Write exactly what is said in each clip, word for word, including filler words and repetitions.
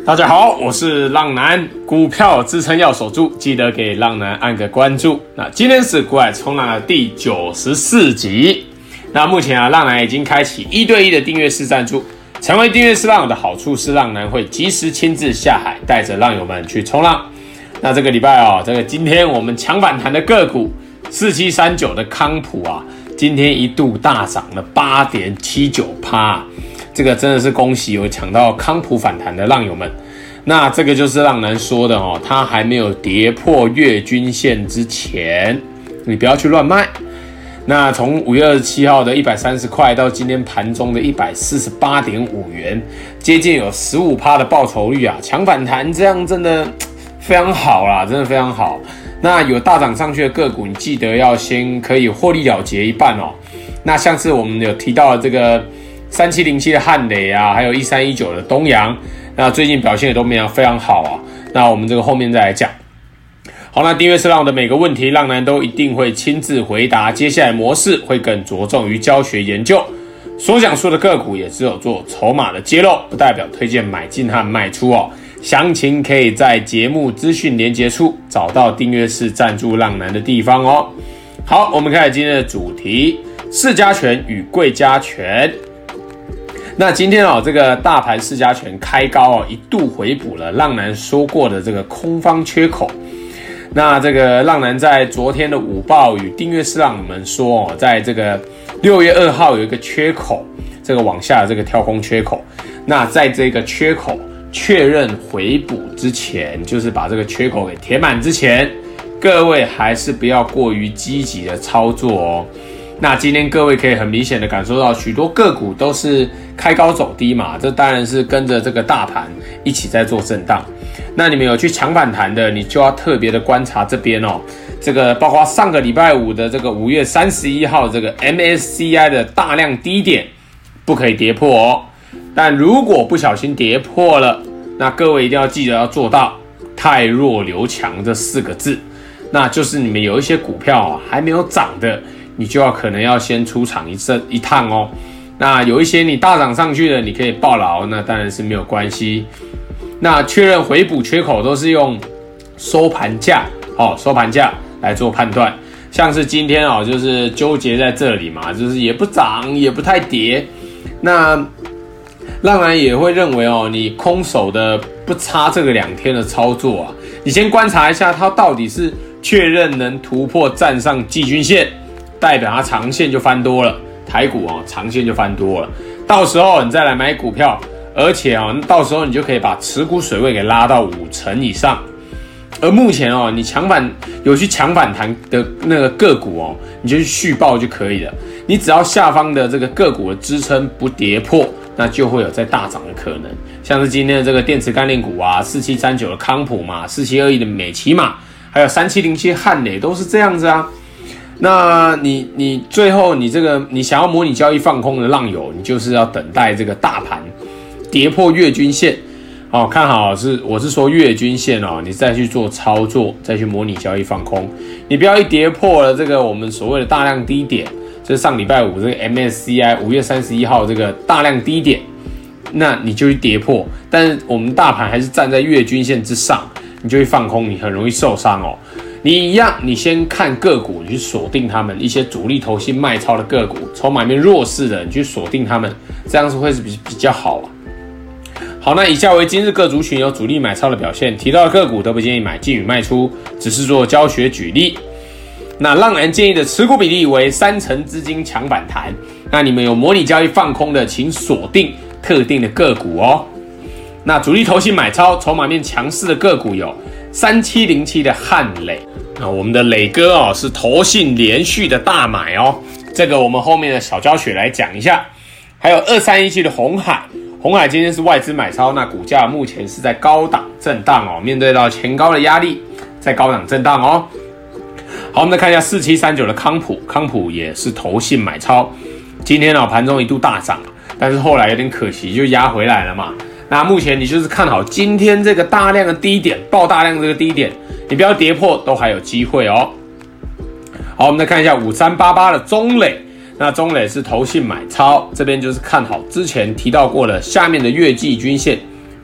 大家好，我是浪男，股票支撑要守住，记得给浪男按个关注。那今天是股海冲浪的第九十四集。那目前啊，浪男已经开启一对一的订阅式赞助。成为订阅式浪友的好处是，浪男会及时亲自下海，带着浪友们去冲浪。那这个礼拜哦，这个今天我们强反弹的个股四七三九的康普啊，今天一度大涨了 八点七九趴。这个真的是恭喜有抢到康普反弹的浪友们。那这个就是浪男说的哦，它还没有跌破月均线之前，你不要去乱卖。那从五月二十七号的一百三十块到今天盘中的一百四十八点五元，接近有 百分之十五 的报酬率啊，强反弹这样真的非常好啦，真的非常好。那有大涨上去的个股，你记得要先可以获利了结一半哦。那像是我们有提到的这个三七零七的汉磊啊，还有一三一九的东阳，那最近表现也都非常好啊。那我们这个后面再来讲。好，那订阅式浪的每个问题，浪男都一定会亲自回答。接下来模式会更着重于教学研究，所讲述的个股也只有做筹码的揭露，不代表推荐买进和卖出哦。详情可以在节目资讯连结处找到订阅式赞助浪男的地方哦。好，我们开始今天的主题：市加权与贵加权。那今天哦，这个大盘市加权开高哦，一度回补了浪男说过的这个空方缺口。那这个浪男在昨天的午报与订阅式浪友们说哦，在这个六月二号有一个缺口，这个往下的这个跳空缺口。那在这个缺口确认回补之前，就是把这个缺口给填满之前，各位还是不要过于积极的操作哦。那今天各位可以很明显的感受到，许多个股都是开高走低嘛，这当然是跟着这个大盘一起在做震荡。那你们有去抢反弹的，你就要特别的观察这边哦。这个包括上个礼拜五的这个五月三十一号这个 M S C I 的大量低点不可以跌破哦。但如果不小心跌破了，那各位一定要记得要做到太弱留强这四个字。那就是你们有一些股票啊还没有涨的，你就要可能要先出场一阵一趟哦。那有一些你大涨上去的，你可以抱牢，那当然是没有关系。那确认回补缺口都是用收盘价哦，收盘价来做判断。像是今天哦，就是纠结在这里嘛，就是也不涨也不太跌。那浪男也会认为哦，你空手的不差这个两天的操作啊，你先观察一下它到底是确认能突破站上季均线，代表它长线就翻多了，台股哦长线就翻多了，到时候你再来买股票，而且哦到时候你就可以把持股水位给拉到五成以上。而目前哦你抢反有去抢反弹的那个个股哦，你就去续报就可以了。你只要下方的这个个股的支撑不跌破，那就会有再大涨的可能。像是今天的这个电池概念股啊，四七三九的康普嘛，四七二一的美骑马，还有三七零七汉磊都是这样子啊。那你你最后你这个你想要模拟交易放空的浪友，你就是要等待这个大盘跌破月均线哦，看好是我是说月均线哦，你再去做操作，再去模拟交易放空。你不要一跌破了这个我们所谓的大量低点，就是上礼拜五这个 M S C I 五月三十一号这个大量低点，那你就去跌破，但是我们大盘还是站在月均线之上，你就会放空，你很容易受伤哦。你一样，你先看个股，你去锁定他们一些主力投信卖超的个股，筹码面弱势的，你去锁定他们，这样是会是比比较好啊。好，那以下为今日各族群有主力买超的表现，提到的个股都不建议买进与卖出，只是做教学举例。那浪男建议的持股比例为三成资金抢反弹。那你们有模拟交易放空的，请锁定特定的个股哦。那主力投信买超、筹码面强势的个股有三七零七的汉磊。那我们的磊哥哦是投信连续的大买哦，这个我们后面的小教学来讲一下。还有二三一七的鸿海。鸿海今天是外资买超，那股价目前是在高档震荡哦，面对到前高的压力，在高档震荡哦。好，我们再看一下四七三九的康普，康普也是投信买超，今天哦盘中一度大涨，但是后来有点可惜，就压回来了嘛。那目前你就是看好今天这个大量的低点，爆大量这个低点，你不要跌破，都还有机会哦。好，我们再看一下五三八八的中磊。那中磊是投信买超，这边就是看好之前提到过的下面的月季均线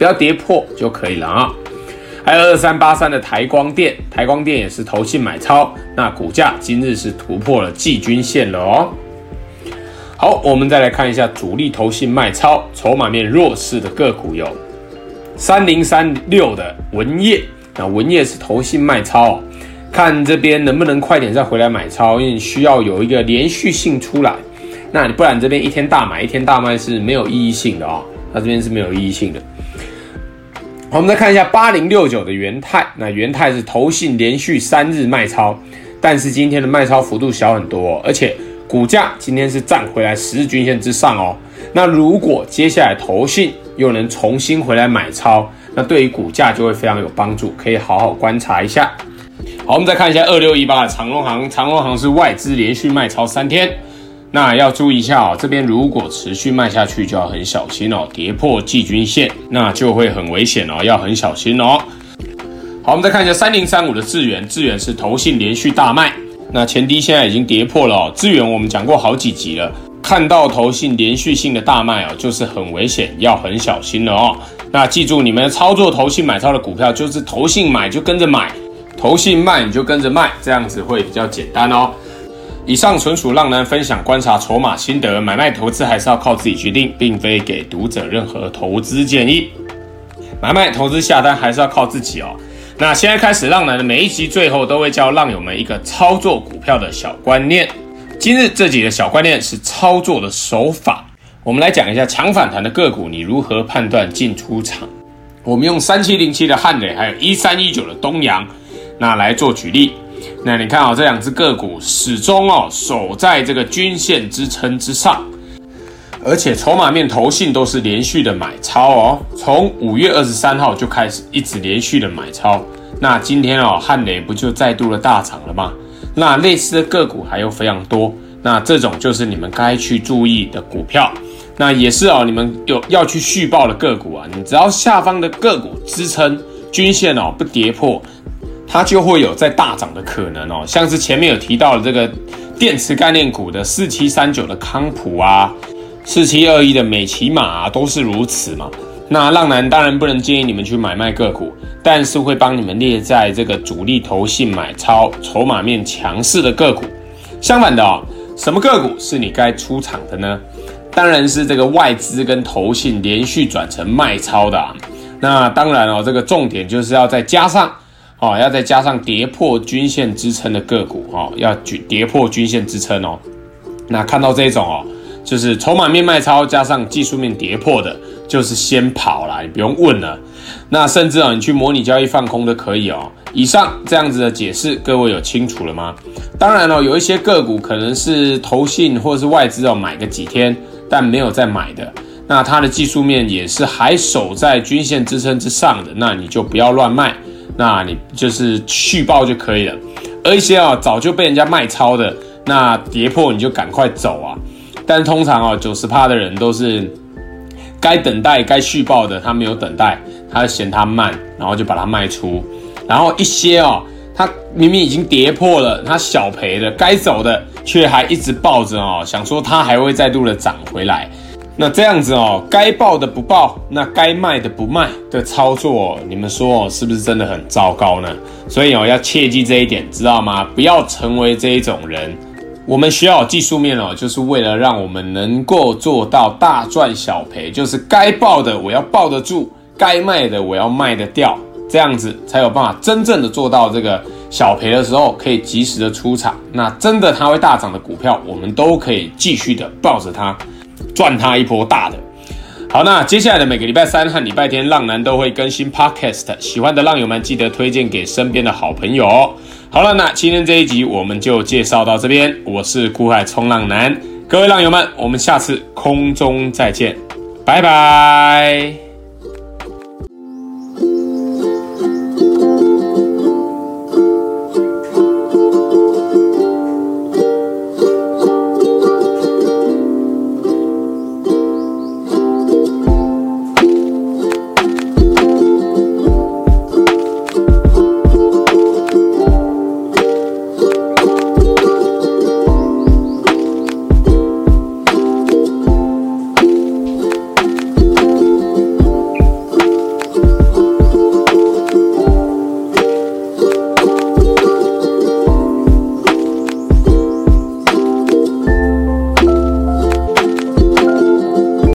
不要跌破就可以了啊。还有二三八三的台光电，台光电也是投信买超，那股价今日是突破了季均线了哦。好，我们再来看一下主力投信卖超、筹码面弱势的个股有三零三六的文业，那文业是投信卖超哦，看这边能不能快点再回来买超，因为需要有一个连续性出来，那你不然这边一天大买一天大卖是没有意义性的哦，它这边是没有意义性的。我们再看一下八零六九的元泰，那元泰是投信连续三日卖超，但是今天的卖超幅度小很多哦，而且股价今天是站回来十日均线之上哦。那如果接下来投信又能重新回来买超，那对于股价就会非常有帮助，可以好好观察一下。好，我们再看一下二六一八的长荣航，长荣航是外资连续卖超三天。那要注意一下哦，这边如果持续卖下去就要很小心哦，跌破季均线那就会很危险哦，要很小心哦。好，我们再看一下三零三五的智原，智原是投信连续大卖，那前低现在已经跌破了哦。智原我们讲过好几集了，看到投信连续性的大卖哦，就是很危险，要很小心了哦。那记住，你们操作投信买超的股票，就是投信买就跟着买，投信卖你就跟着卖，这样子会比较简单哦。以上纯属浪男分享观察筹码心得，买卖投资还是要靠自己决定，并非给读者任何投资建议。买卖投资下单还是要靠自己哦。那现在开始，浪男的每一集最后都会教浪友们一个操作股票的小观念。今日这集的小观念是操作的手法，我们来讲一下强反弹的个股，你如何判断进出场。我们用三七零七的汉磊，还有一三一九的东阳，那来做举例。那你看哦，这两只个股始终哦守在这个均线支撑之上，而且筹码面投信都是连续的买超哦，从五月二十三号就开始一直连续的买超。那今天哦，汉磊不就再度的大涨了吗？那类似的个股还有非常多，那这种就是你们该去注意的股票。那也是哦，你们有要去续报的个股啊，你只要下方的个股支撑均线哦不跌破，它就会有再大涨的可能哦，像是前面有提到的这个电池概念股的四七三九的康普啊，四七二一的美骑马啊，都是如此嘛。那浪男当然不能建议你们去买卖个股，但是会帮你们列在这个主力投信买超、筹码面强势的个股。相反的哦，什么个股是你该出场的呢？当然是这个外资跟投信连续转成卖超的啊。那当然哦，这个重点就是要再加上。哦，要再加上跌破均线支撑的个股哦，要跌破均线支撑哦。那看到这种哦，就是筹码面卖超加上技术面跌破的，就是先跑啦，你不用问了。那甚至哦，你去模拟交易放空都可以哦。以上这样子的解释，各位有清楚了吗？当然哦，有一些个股可能是投信或是外资哦买个几天，但没有再买的，那它的技术面也是还守在均线支撑之上的，那你就不要乱卖。那你就是续报就可以了，而一些啊、哦、早就被人家卖超的，那跌破你就赶快走啊。但通常哦 百分之九十 的人都是该等待该续报的，他没有等待，他嫌它慢，然后就把它卖出。然后一些哦，他明明已经跌破了，他小赔的，该走的却还一直抱着哦，想说它还会再度的涨回来。那这样子哦，该报的不报，那该卖的不卖的操作，你们说哦，是不是真的很糟糕呢？所以哦，要切记这一点，知道吗？不要成为这一种人。我们学好技术面哦，就是为了让我们能够做到大赚小赔，就是该报的我要抱得住，该卖的我要卖得掉，这样子才有办法真正的做到这个小赔的时候可以及时的出场。那真的它会大涨的股票，我们都可以继续的抱着它。赚他一波大的。好，那接下来的每个礼拜三和礼拜天，浪男都会更新 podcast， 喜欢的浪友们记得推荐给身边的好朋友哦。好了，那今天这一集我们就介绍到这边，我是股海冲浪男，各位浪友们，我们下次空中再见，拜拜。